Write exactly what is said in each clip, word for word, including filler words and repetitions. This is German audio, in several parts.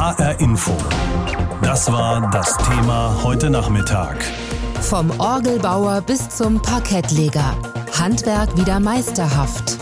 H R Info. Das war das Thema heute Nachmittag. Vom Orgelbauer bis zum Parkettleger. Handwerk wieder meisterhaft.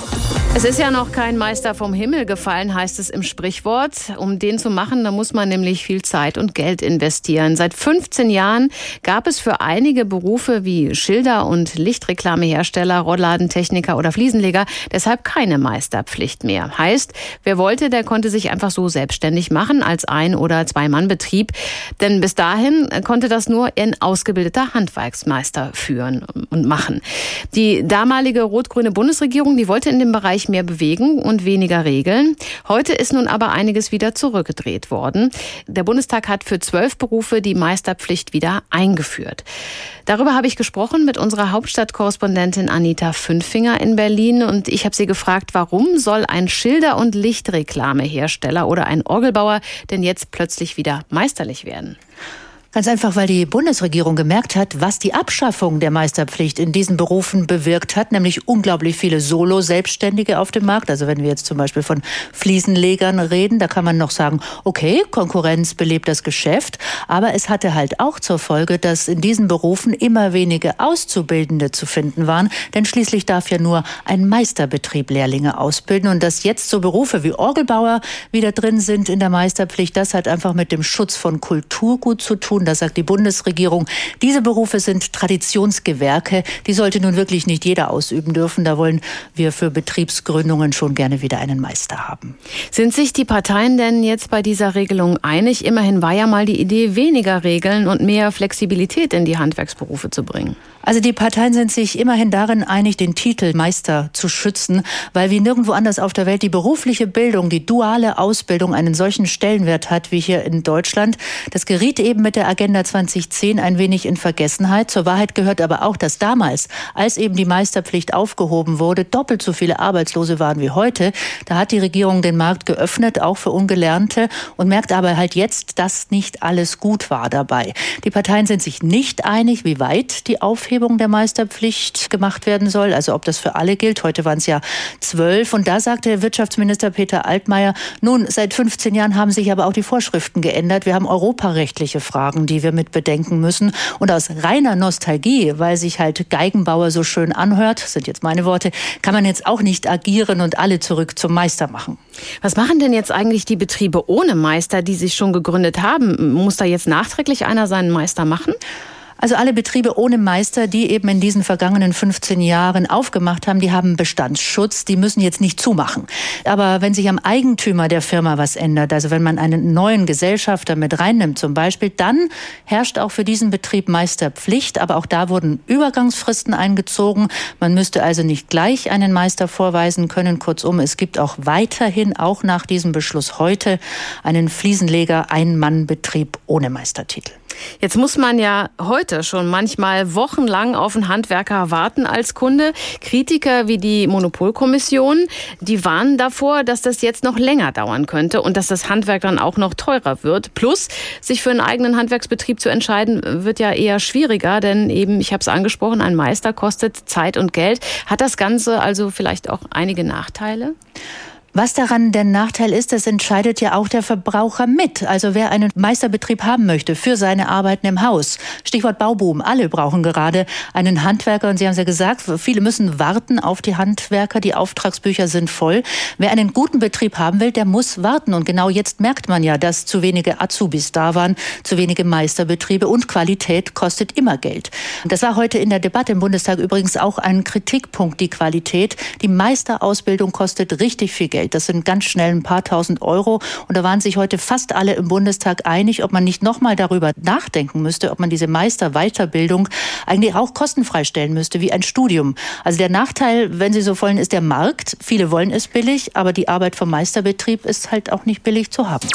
Es ist ja noch kein Meister vom Himmel gefallen, heißt es im Sprichwort. Um den zu machen, da muss man nämlich viel Zeit und Geld investieren. Seit fünfzehn Jahren gab es für einige Berufe wie Schilder- und Lichtreklamehersteller, Rolladentechniker oder Fliesenleger deshalb keine Meisterpflicht mehr. Heißt, wer wollte, der konnte sich einfach so selbstständig machen als Ein- oder Zwei-Mann-Betrieb. Denn bis dahin konnte das nur ein ausgebildeter Handwerksmeister führen und machen. Die damalige rot-grüne Bundesregierung, die wollte in dem Bereich mehr bewegen und weniger regeln. Heute ist nun aber einiges wieder zurückgedreht worden. Der Bundestag hat für zwölf Berufe die Meisterpflicht wieder eingeführt. Darüber habe ich gesprochen mit unserer Hauptstadtkorrespondentin Anita Fünfinger in Berlin und ich habe sie gefragt, warum soll ein Schilder- und Lichtreklamehersteller oder ein Orgelbauer denn jetzt plötzlich wieder meisterlich werden? Ganz einfach, weil die Bundesregierung gemerkt hat, was die Abschaffung der Meisterpflicht in diesen Berufen bewirkt hat, nämlich unglaublich viele Solo-Selbstständige auf dem Markt. Also wenn wir jetzt zum Beispiel von Fliesenlegern reden, da kann man noch sagen, okay, Konkurrenz belebt das Geschäft, aber es hatte halt auch zur Folge, dass in diesen Berufen immer wenige Auszubildende zu finden waren, denn schließlich darf ja nur ein Meisterbetrieb Lehrlinge ausbilden und dass jetzt so Berufe wie Orgelbauer wieder drin sind in der Meisterpflicht, das hat einfach mit dem Schutz von Kulturgut zu tun. Das sagt die Bundesregierung. Diese Berufe sind Traditionsgewerke. Die sollte nun wirklich nicht jeder ausüben dürfen. Da wollen wir für Betriebsgründungen schon gerne wieder einen Meister haben. Sind sich die Parteien denn jetzt bei dieser Regelung einig? Immerhin war ja mal die Idee, weniger Regeln und mehr Flexibilität in die Handwerksberufe zu bringen. Also die Parteien sind sich immerhin darin einig, den Titel Meister zu schützen, weil wie nirgendwo anders auf der Welt die berufliche Bildung, die duale Ausbildung einen solchen Stellenwert hat wie hier in Deutschland. Das geriet eben mit der Agenda zwanzig zehn ein wenig in Vergessenheit. Zur Wahrheit gehört aber auch, dass damals, als eben die Meisterpflicht aufgehoben wurde, doppelt so viele Arbeitslose waren wie heute. Da hat die Regierung den Markt geöffnet, auch für Ungelernte, und merkt aber halt jetzt, dass nicht alles gut war dabei. Die Parteien sind sich nicht einig, wie weit die Aufhebung der Meisterpflicht gemacht werden soll, also ob das für alle gilt. Heute waren es ja zwölf. Und da sagte Wirtschaftsminister Peter Altmaier, nun, seit fünfzehn Jahren haben sich aber auch die Vorschriften geändert. Wir haben europarechtliche Fragen, die wir mit bedenken müssen. Und aus reiner Nostalgie, weil sich halt Geigenbauer so schön anhört, sind jetzt meine Worte, kann man jetzt auch nicht agieren und alle zurück zum Meister machen. Was machen denn jetzt eigentlich die Betriebe ohne Meister, die sich schon gegründet haben? Muss da jetzt nachträglich einer seinen Meister machen? Also alle Betriebe ohne Meister, die eben in diesen vergangenen fünfzehn Jahren aufgemacht haben, die haben Bestandsschutz, die müssen jetzt nicht zumachen. Aber wenn sich am Eigentümer der Firma was ändert, also wenn man einen neuen Gesellschafter mit reinnimmt zum Beispiel, dann herrscht auch für diesen Betrieb Meisterpflicht. Aber auch da wurden Übergangsfristen eingezogen. Man müsste also nicht gleich einen Meister vorweisen können. Kurzum, es gibt auch weiterhin, auch nach diesem Beschluss heute, einen Fliesenleger-Ein-Mann-Betrieb ohne Meistertitel. Jetzt muss man ja heute schon manchmal wochenlang auf einen Handwerker warten als Kunde. Kritiker wie die Monopolkommission, die warnen davor, dass das jetzt noch länger dauern könnte und dass das Handwerk dann auch noch teurer wird. Plus, sich für einen eigenen Handwerksbetrieb zu entscheiden, wird ja eher schwieriger, denn eben, ich habe es angesprochen, ein Meister kostet Zeit und Geld. Hat das Ganze also vielleicht auch einige Nachteile? Was daran der Nachteil ist, das entscheidet ja auch der Verbraucher mit. Also wer einen Meisterbetrieb haben möchte für seine Arbeiten im Haus. Stichwort Bauboom. Alle brauchen gerade einen Handwerker. Und Sie haben es ja gesagt, viele müssen warten auf die Handwerker. Die Auftragsbücher sind voll. Wer einen guten Betrieb haben will, der muss warten. Und genau jetzt merkt man ja, dass zu wenige Azubis da waren, zu wenige Meisterbetriebe. Und Qualität kostet immer Geld. Das war heute in der Debatte im Bundestag übrigens auch ein Kritikpunkt, die Qualität. Die Meisterausbildung kostet richtig viel Geld. Das sind ganz schnell ein paar tausend Euro. Und da waren sich heute fast alle im Bundestag einig, ob man nicht nochmal darüber nachdenken müsste, ob man diese Meisterweiterbildung eigentlich auch kostenfrei stellen müsste, wie ein Studium. Also der Nachteil, wenn Sie so wollen, ist der Markt. Viele wollen es billig, aber die Arbeit vom Meisterbetrieb ist halt auch nicht billig zu haben.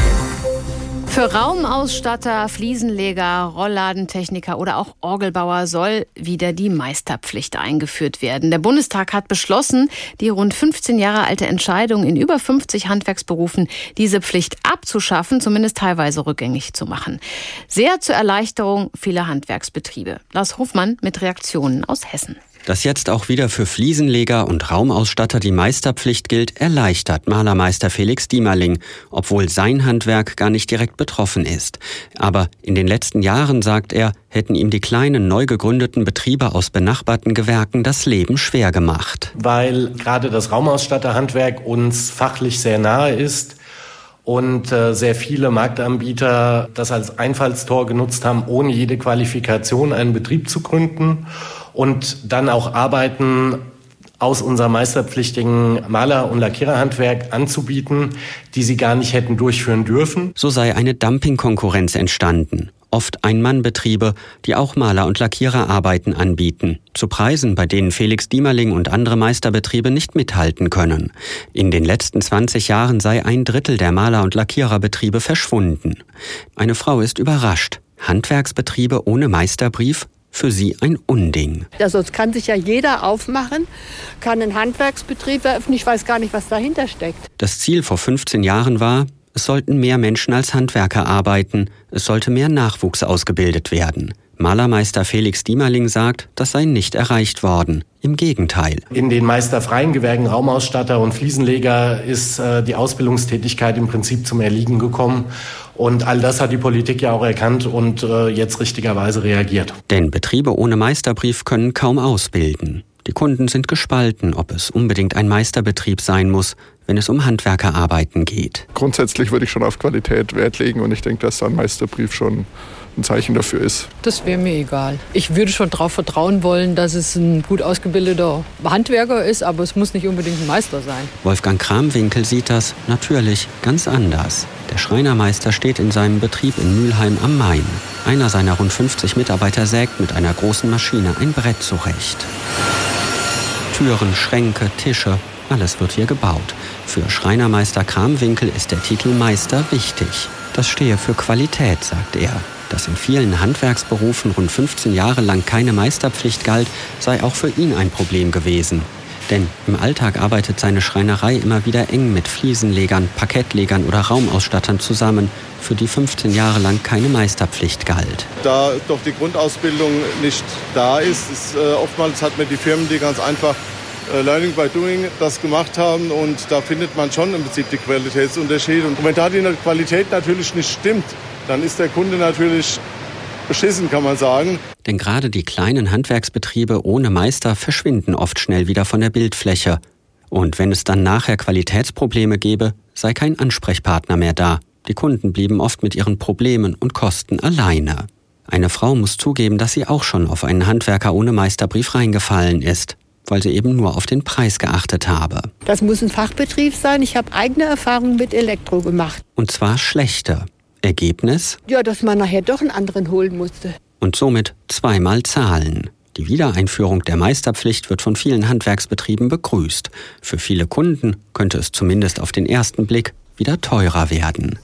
Für Raumausstatter, Fliesenleger, Rolladentechniker oder auch Orgelbauer soll wieder die Meisterpflicht eingeführt werden. Der Bundestag hat beschlossen, die rund fünfzehn Jahre alte Entscheidung in über fünfzig Handwerksberufen, diese Pflicht abzuschaffen, zumindest teilweise rückgängig zu machen. Sehr zur Erleichterung vieler Handwerksbetriebe. Lars Hofmann mit Reaktionen aus Hessen. Dass jetzt auch wieder für Fliesenleger und Raumausstatter die Meisterpflicht gilt, erleichtert Malermeister Felix Diemerling, obwohl sein Handwerk gar nicht direkt betroffen ist. Aber in den letzten Jahren, sagt er, hätten ihm die kleinen, neu gegründeten Betriebe aus benachbarten Gewerken das Leben schwer gemacht. Weil gerade das Raumausstatterhandwerk uns fachlich sehr nahe ist und äh, sehr viele Marktanbieter das als Einfallstor genutzt haben, ohne jede Qualifikation einen Betrieb zu gründen und dann auch Arbeiten aus unserem meisterpflichtigen Maler- und Lackiererhandwerk anzubieten, die sie gar nicht hätten durchführen dürfen. So sei eine Dumpingkonkurrenz entstanden. Oft Ein-Mann-Betriebe, die auch Maler- und Lackiererarbeiten anbieten, zu Preisen, bei denen Felix Diemerling und andere Meisterbetriebe nicht mithalten können. In den letzten zwanzig Jahren sei ein Drittel der Maler- und Lackiererbetriebe verschwunden. Eine Frau ist überrascht. Handwerksbetriebe ohne Meisterbrief? Für sie ein Unding. Ja, sonst kann sich ja jeder aufmachen, kann einen Handwerksbetrieb eröffnen. Ich weiß gar nicht, was dahinter steckt. Das Ziel vor fünfzehn Jahren war, es sollten mehr Menschen als Handwerker arbeiten, es sollte mehr Nachwuchs ausgebildet werden. Malermeister Felix Diemerling sagt, das sei nicht erreicht worden. Im Gegenteil. In den meisterfreien Gewerken Raumausstatter und Fliesenleger ist äh, die Ausbildungstätigkeit im Prinzip zum Erliegen gekommen. Und all das hat die Politik ja auch erkannt und äh, jetzt richtigerweise reagiert. Denn Betriebe ohne Meisterbrief können kaum ausbilden. Die Kunden sind gespalten, ob es unbedingt ein Meisterbetrieb sein muss, wenn es um Handwerkerarbeiten geht. Grundsätzlich würde ich schon auf Qualität Wert legen und ich denke, dass da ein Meisterbrief schon ein Zeichen dafür ist. Das wäre mir egal. Ich würde schon darauf vertrauen wollen, dass es ein gut ausgebildeter Handwerker ist, aber es muss nicht unbedingt ein Meister sein. Wolfgang Kramwinkel sieht das natürlich ganz anders. Der Schreinermeister steht in seinem Betrieb in Mülheim am Main. Einer seiner rund fünfzig Mitarbeiter sägt mit einer großen Maschine ein Brett zurecht. Türen, Schränke, Tische, alles wird hier gebaut. Für Schreinermeister Kramwinkel ist der Titel Meister wichtig. Das stehe für Qualität, sagt er. Dass in vielen Handwerksberufen rund fünfzehn Jahre lang keine Meisterpflicht galt, sei auch für ihn ein Problem gewesen. Denn im Alltag arbeitet seine Schreinerei immer wieder eng mit Fliesenlegern, Parkettlegern oder Raumausstattern zusammen, für die fünfzehn Jahre lang keine Meisterpflicht galt. Da doch die Grundausbildung nicht da ist, ist äh, oftmals hat man die Firmen, die ganz einfach äh, Learning by Doing das gemacht haben, und da findet man schon im Prinzip die Qualitätsunterschiede. Und wenn da die Qualität natürlich nicht stimmt, dann ist der Kunde natürlich beschissen, kann man sagen. Denn gerade die kleinen Handwerksbetriebe ohne Meister verschwinden oft schnell wieder von der Bildfläche. Und wenn es dann nachher Qualitätsprobleme gäbe, sei kein Ansprechpartner mehr da. Die Kunden blieben oft mit ihren Problemen und Kosten alleine. Eine Frau muss zugeben, dass sie auch schon auf einen Handwerker ohne Meisterbrief reingefallen ist, weil sie eben nur auf den Preis geachtet habe. Das muss ein Fachbetrieb sein. Ich habe eigene Erfahrungen mit Elektro gemacht. Und zwar schlechte. Ergebnis? Ja, dass man nachher doch einen anderen holen musste. Und somit zweimal zahlen. Die Wiedereinführung der Meisterpflicht wird von vielen Handwerksbetrieben begrüßt. Für viele Kunden könnte es zumindest auf den ersten Blick wieder teurer werden.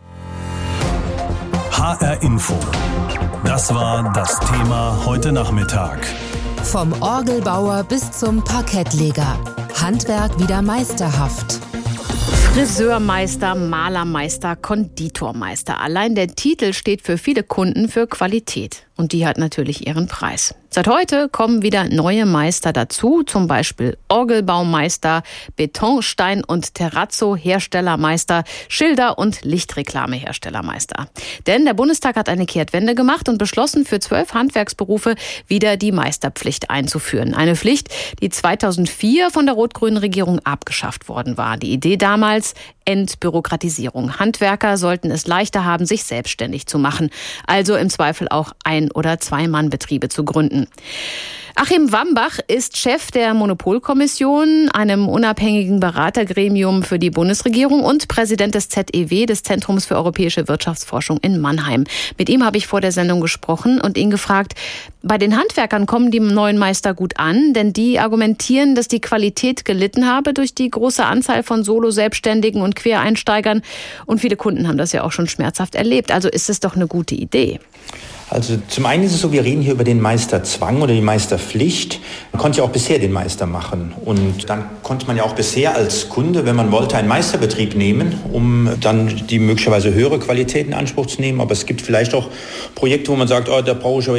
H R Info. Das war das Thema heute Nachmittag. Vom Orgelbauer bis zum Parkettleger. Handwerk wieder meisterhaft. Friseurmeister, Malermeister, Konditormeister. Allein der Titel steht für viele Kunden für Qualität. Und die hat natürlich ihren Preis. Seit heute kommen wieder neue Meister dazu, zum Beispiel Orgelbaumeister, Betonstein- und Terrazzo-Herstellermeister, Schilder- und Lichtreklameherstellermeister. Denn der Bundestag hat eine Kehrtwende gemacht und beschlossen, für zwölf Handwerksberufe wieder die Meisterpflicht einzuführen. Eine Pflicht, die zweitausendvier von der rot-grünen Regierung abgeschafft worden war. Die Idee damals: Entbürokratisierung. Handwerker sollten es leichter haben, sich selbstständig zu machen. Also im Zweifel auch Ein- oder Zwei-Mann-Betriebe zu gründen. Achim Wambach ist Chef der Monopolkommission, einem unabhängigen Beratergremium für die Bundesregierung, und Präsident des Z E W, des Zentrums für europäische Wirtschaftsforschung in Mannheim. Mit ihm habe ich vor der Sendung gesprochen und ihn gefragt, bei den Handwerkern kommen die neuen Meister gut an, denn die argumentieren, dass die Qualität gelitten habe durch die große Anzahl von Solo-Selbstständigen und Quereinsteigern, und viele Kunden haben das ja auch schon schmerzhaft erlebt. Also ist es doch eine gute Idee. Also zum einen ist es so, wir reden hier über den Meisterzwang oder die Meisterpflicht. Man konnte ja auch bisher den Meister machen. Und dann konnte man ja auch bisher als Kunde, wenn man wollte, einen Meisterbetrieb nehmen, um dann die möglicherweise höhere Qualität in Anspruch zu nehmen. Aber es gibt vielleicht auch Projekte, wo man sagt, oh, da brauche ich aber jetzt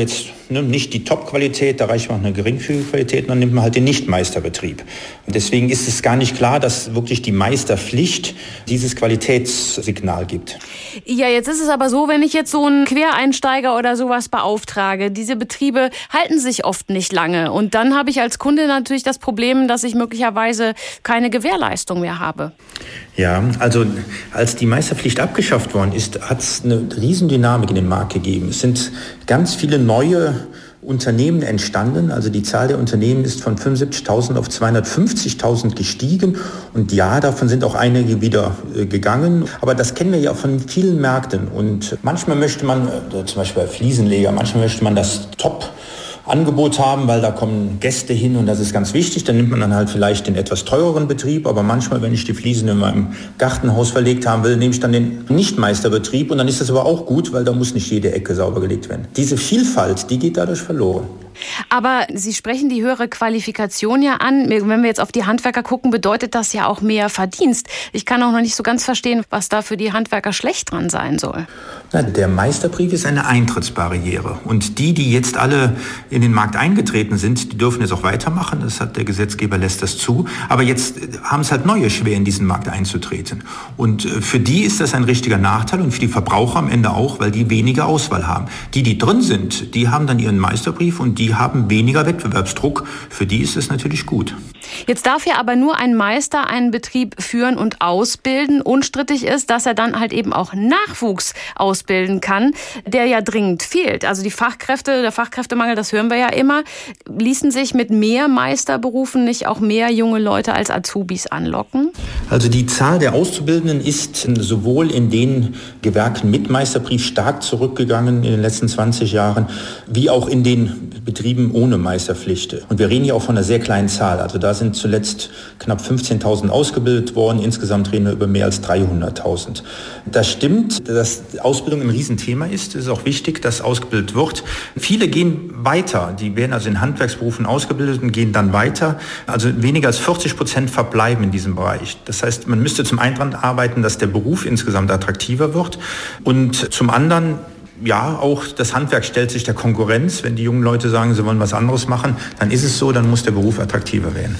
ne, nicht die Top-Qualität, da reicht man eine geringfügige Qualität, dann nimmt man halt den Nicht-Meisterbetrieb. Und deswegen ist es gar nicht klar, dass wirklich die Meisterpflicht dieses Qualitätssignal gibt. Ja, jetzt ist es aber so, wenn ich jetzt so einen Quereinsteiger oder sowas beauftrage, diese Betriebe halten sich oft nicht lange. Und dann habe ich als Kunde natürlich das Problem, dass ich möglicherweise keine Gewährleistung mehr habe. Ja, also als die Meisterpflicht abgeschafft worden ist, hat es eine Riesendynamik in den Markt gegeben. Es sind ganz viele neue Unternehmen entstanden. Also die Zahl der Unternehmen ist von fünfundsiebzigtausend auf zweihundertfünfzigtausend gestiegen. Und ja, davon sind auch einige wieder äh, gegangen. Aber das kennen wir ja von vielen Märkten. Und manchmal möchte man, äh, zum Beispiel bei Fliesenleger, manchmal möchte man das Top Angebot haben, weil da kommen Gäste hin und das ist ganz wichtig. Dann nimmt man dann halt vielleicht den etwas teureren Betrieb, aber manchmal, wenn ich die Fliesen in meinem Gartenhaus verlegt haben will, nehme ich dann den Nicht-Meisterbetrieb und dann ist das aber auch gut, weil da muss nicht jede Ecke sauber gelegt werden. Diese Vielfalt, die geht dadurch verloren. Aber Sie sprechen die höhere Qualifikation ja an. Wenn wir jetzt auf die Handwerker gucken, bedeutet das ja auch mehr Verdienst. Ich kann auch noch nicht so ganz verstehen, was da für die Handwerker schlecht dran sein soll. Na, der Meisterbrief ist eine Eintrittsbarriere. Und die, die jetzt alle in den Markt eingetreten sind, die dürfen jetzt auch weitermachen. Das hat der Gesetzgeber, lässt das zu. Aber jetzt haben es halt neue schwer, in diesen Markt einzutreten. Und für die ist das ein richtiger Nachteil und für die Verbraucher am Ende auch, weil die weniger Auswahl haben. Die, die drin sind, die haben dann ihren Meisterbrief und die haben weniger Wettbewerbsdruck. Für die ist es natürlich gut. Jetzt darf ja aber nur ein Meister einen Betrieb führen und ausbilden. Unstrittig ist, dass er dann halt eben auch Nachwuchs ausbilden kann, der ja dringend fehlt. Also die Fachkräfte, der Fachkräftemangel, das hören wir ja immer. Ließen sich mit mehr Meisterberufen nicht auch mehr junge Leute als Azubis anlocken? Also die Zahl der Auszubildenden ist sowohl in den Gewerken mit Meisterbrief stark zurückgegangen in den letzten zwanzig Jahren, wie auch in den Betrieben ohne Meisterpflicht. Und wir reden hier auch von einer sehr kleinen Zahl. Also da sind zuletzt knapp fünfzehntausend ausgebildet worden. Insgesamt reden wir über mehr als dreihunderttausend. Das stimmt, dass Ausbildung ein Riesenthema ist. Es ist auch wichtig, dass ausgebildet wird. Viele gehen weiter. Die werden also in Handwerksberufen ausgebildet und gehen dann weiter. Also weniger als vierzig Prozent verbleiben in diesem Bereich. Das heißt, man müsste zum einen daran arbeiten, dass der Beruf insgesamt attraktiver wird. Und zum anderen, ja, auch das Handwerk stellt sich der Konkurrenz. Wenn die jungen Leute sagen, sie wollen was anderes machen, dann ist es so, dann muss der Beruf attraktiver werden.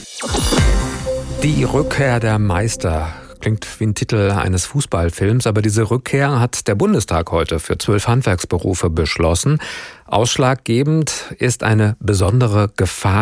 Die Rückkehr der Meister. Klingt wie ein Titel eines Fußballfilms, aber diese Rückkehr hat der Bundestag heute für zwölf Handwerksberufe beschlossen. Ausschlaggebend ist eine besondere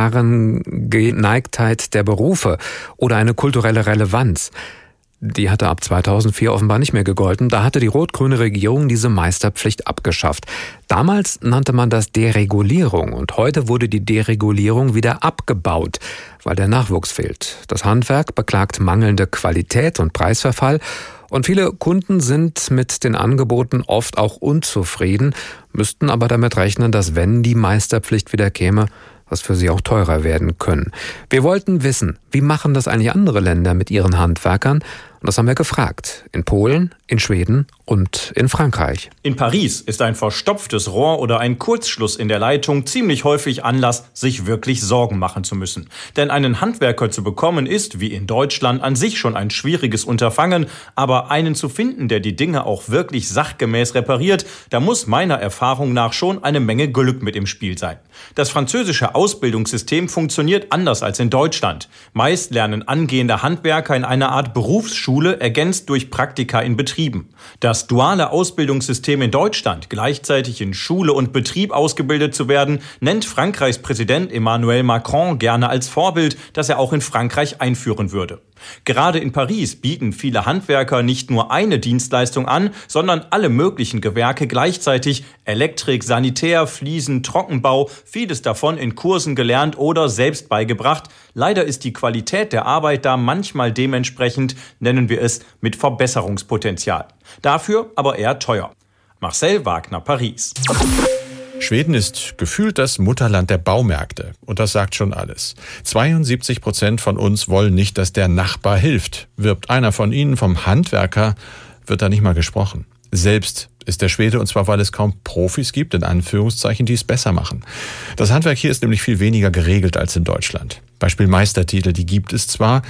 Gefahrengeneigtheit der Berufe oder eine kulturelle Relevanz. Die hatte ab zweitausendvier offenbar nicht mehr gegolten. Da hatte die rot-grüne Regierung diese Meisterpflicht abgeschafft. Damals nannte man das Deregulierung und heute wurde die Deregulierung wieder abgebaut, weil der Nachwuchs fehlt. Das Handwerk beklagt mangelnde Qualität und Preisverfall und viele Kunden sind mit den Angeboten oft auch unzufrieden, müssten aber damit rechnen, dass wenn die Meisterpflicht wieder käme, was für sie auch teurer werden können. Wir wollten wissen, wie machen das eigentlich andere Länder mit ihren Handwerkern? Und das haben wir gefragt. In Polen, in Schweden und in Frankreich. In Paris ist ein verstopftes Rohr oder ein Kurzschluss in der Leitung ziemlich häufig Anlass, sich wirklich Sorgen machen zu müssen. Denn einen Handwerker zu bekommen ist, wie in Deutschland, an sich schon ein schwieriges Unterfangen. Aber einen zu finden, der die Dinge auch wirklich sachgemäß repariert, da muss meiner Erfahrung nach schon eine Menge Glück mit im Spiel sein. Das französische Ausbildungssystem funktioniert anders als in Deutschland. Meist lernen angehende Handwerker in einer Art Berufsschule, ergänzt durch Praktika in Betrieben. Das duale Ausbildungssystem in Deutschland, gleichzeitig in Schule und Betrieb ausgebildet zu werden, nennt Frankreichs Präsident Emmanuel Macron gerne als Vorbild, das er auch in Frankreich einführen würde. Gerade in Paris bieten viele Handwerker nicht nur eine Dienstleistung an, sondern alle möglichen Gewerke gleichzeitig: Elektrik, Sanitär, Fliesen, Trockenbau, vieles davon in Kursen gelernt oder selbst beigebracht. Leider ist die Qualität der Arbeit da manchmal dementsprechend, nennen wir es, mit Verbesserungspotenzial. Dafür aber eher teuer. Marcel Wagner, Paris. Schweden ist gefühlt das Mutterland der Baumärkte. Und das sagt schon alles. zweiundsiebzig Prozent von uns wollen nicht, dass der Nachbar hilft. Wirbt einer von ihnen vom Handwerker, wird da nicht mal gesprochen. Selbst ist der Schwede, und zwar weil es kaum Profis gibt, in Anführungszeichen, die es besser machen. Das Handwerk hier ist nämlich viel weniger geregelt als in Deutschland. Beispiel Meistertitel, die gibt es zwar,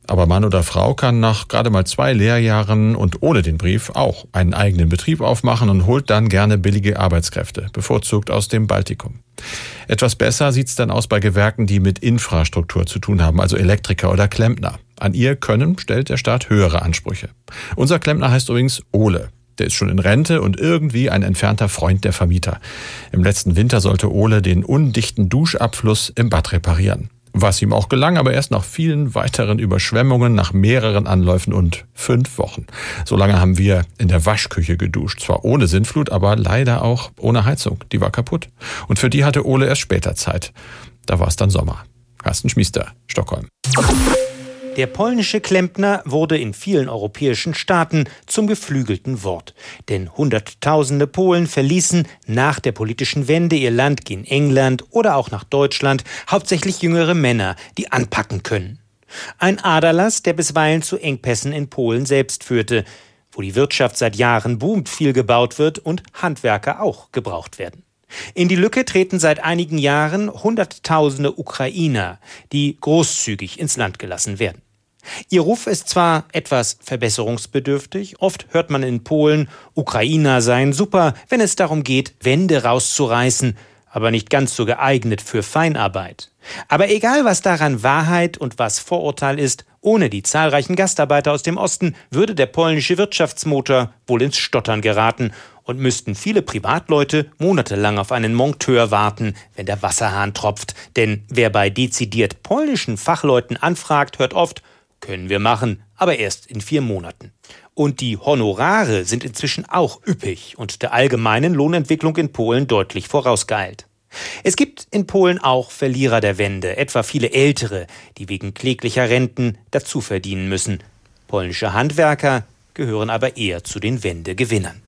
Aber Mann oder Frau kann nach gerade mal zwei Lehrjahren und ohne den Brief auch einen eigenen Betrieb aufmachen und holt dann gerne billige Arbeitskräfte, bevorzugt aus dem Baltikum. Etwas besser sieht's dann aus bei Gewerken, die mit Infrastruktur zu tun haben, also Elektriker oder Klempner. An ihr Können stellt der Staat höhere Ansprüche. Unser Klempner heißt übrigens Ole. Der ist schon in Rente und irgendwie ein entfernter Freund der Vermieter. Im letzten Winter sollte Ole den undichten Duschabfluss im Bad reparieren. Was ihm auch gelang, aber erst nach vielen weiteren Überschwemmungen, nach mehreren Anläufen und fünf Wochen. So lange haben wir in der Waschküche geduscht. Zwar ohne Sintflut, aber leider auch ohne Heizung. Die war kaputt. Und für die hatte Ole erst später Zeit. Da war es dann Sommer. Carsten Schmiester, Stockholm. Der polnische Klempner wurde in vielen europäischen Staaten zum geflügelten Wort. Denn Hunderttausende Polen verließen nach der politischen Wende ihr Land in England oder auch nach Deutschland, hauptsächlich jüngere Männer, die anpacken können. Ein Aderlass, der bisweilen zu Engpässen in Polen selbst führte, wo die Wirtschaft seit Jahren boomt, viel gebaut wird und Handwerker auch gebraucht werden. In die Lücke treten seit einigen Jahren Hunderttausende Ukrainer, die großzügig ins Land gelassen werden. Ihr Ruf ist zwar etwas verbesserungsbedürftig, oft hört man in Polen, Ukrainer seien super, wenn es darum geht, Wände rauszureißen, aber nicht ganz so geeignet für Feinarbeit. Aber egal, was daran Wahrheit und was Vorurteil ist, ohne die zahlreichen Gastarbeiter aus dem Osten würde der polnische Wirtschaftsmotor wohl ins Stottern geraten und müssten viele Privatleute monatelang auf einen Monteur warten, wenn der Wasserhahn tropft. Denn wer bei dezidiert polnischen Fachleuten anfragt, hört oft, können wir machen, aber erst in vier Monaten. Und die Honorare sind inzwischen auch üppig und der allgemeinen Lohnentwicklung in Polen deutlich vorausgeeilt. Es gibt in Polen auch Verlierer der Wende, etwa viele Ältere, die wegen kläglicher Renten dazu verdienen müssen. Polnische Handwerker gehören aber eher zu den Wendegewinnern.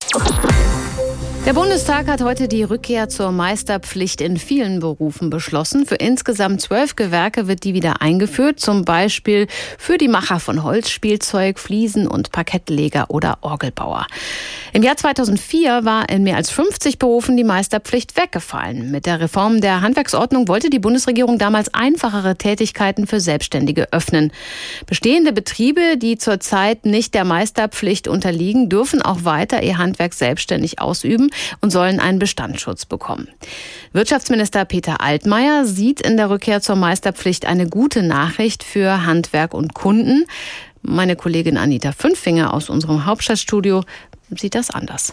Der Bundestag hat heute die Rückkehr zur Meisterpflicht in vielen Berufen beschlossen. Für insgesamt zwölf Gewerke wird die wieder eingeführt, zum Beispiel für die Macher von Holzspielzeug, Fliesen- und Parkettleger oder Orgelbauer. Im Jahr zweitausendvier war in mehr als fünfzig Berufen die Meisterpflicht weggefallen. Mit der Reform der Handwerksordnung wollte die Bundesregierung damals einfachere Tätigkeiten für Selbstständige öffnen. Bestehende Betriebe, die zurzeit nicht der Meisterpflicht unterliegen, dürfen auch weiter ihr Handwerk selbstständig ausüben und sollen einen Bestandsschutz bekommen. Wirtschaftsminister Peter Altmaier sieht in der Rückkehr zur Meisterpflicht eine gute Nachricht für Handwerk und Kunden. Meine Kollegin Anita Fünffinger aus unserem Hauptstadtstudio sieht das anders.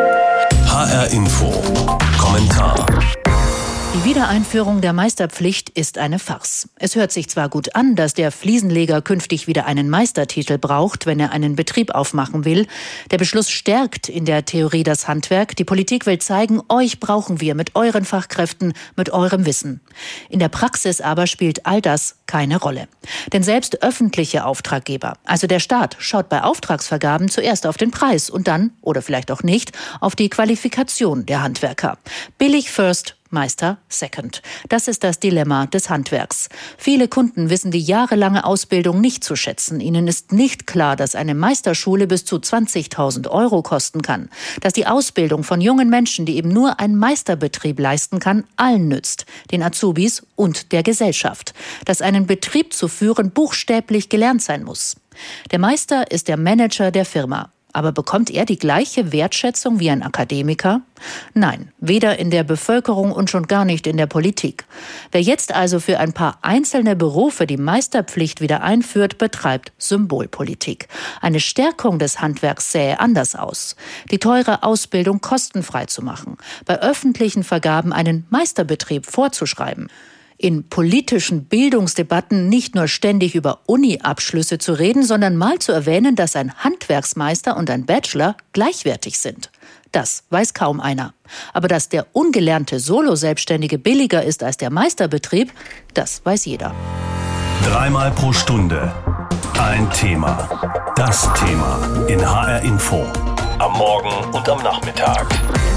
H R Info. Kommentar. Die Wiedereinführung der Meisterpflicht ist eine Farce. Es hört sich zwar gut an, dass der Fliesenleger künftig wieder einen Meistertitel braucht, wenn er einen Betrieb aufmachen will. Der Beschluss stärkt in der Theorie das Handwerk. Die Politik will zeigen, euch brauchen wir mit euren Fachkräften, mit eurem Wissen. In der Praxis aber spielt all das keine Rolle. Denn selbst öffentliche Auftraggeber, also der Staat, schaut bei Auftragsvergaben zuerst auf den Preis und dann, oder vielleicht auch nicht, auf die Qualifikation der Handwerker. Billig first, Meister second. Das ist das Dilemma des Handwerks. Viele Kunden wissen die jahrelange Ausbildung nicht zu schätzen. Ihnen ist nicht klar, dass eine Meisterschule bis zu zwanzigtausend Euro kosten kann. Dass die Ausbildung von jungen Menschen, die eben nur ein Meisterbetrieb leisten kann, allen nützt. Den Azubis und der Gesellschaft. Dass einen Betrieb zu führen buchstäblich gelernt sein muss. Der Meister ist der Manager der Firma. Aber bekommt er die gleiche Wertschätzung wie ein Akademiker? Nein, weder in der Bevölkerung und schon gar nicht in der Politik. Wer jetzt also für ein paar einzelne Berufe die Meisterpflicht wieder einführt, betreibt Symbolpolitik. Eine Stärkung des Handwerks sähe anders aus. Die teure Ausbildung kostenfrei zu machen, bei öffentlichen Vergaben einen Meisterbetrieb vorzuschreiben. In politischen Bildungsdebatten nicht nur ständig über Uni-Abschlüsse zu reden, sondern mal zu erwähnen, dass ein Handwerksmeister und ein Bachelor gleichwertig sind. Das weiß kaum einer. Aber dass der ungelernte Solo-Selbstständige billiger ist als der Meisterbetrieb, das weiß jeder. Dreimal pro Stunde ein Thema. Das Thema in H R Info. Am Morgen und am Nachmittag.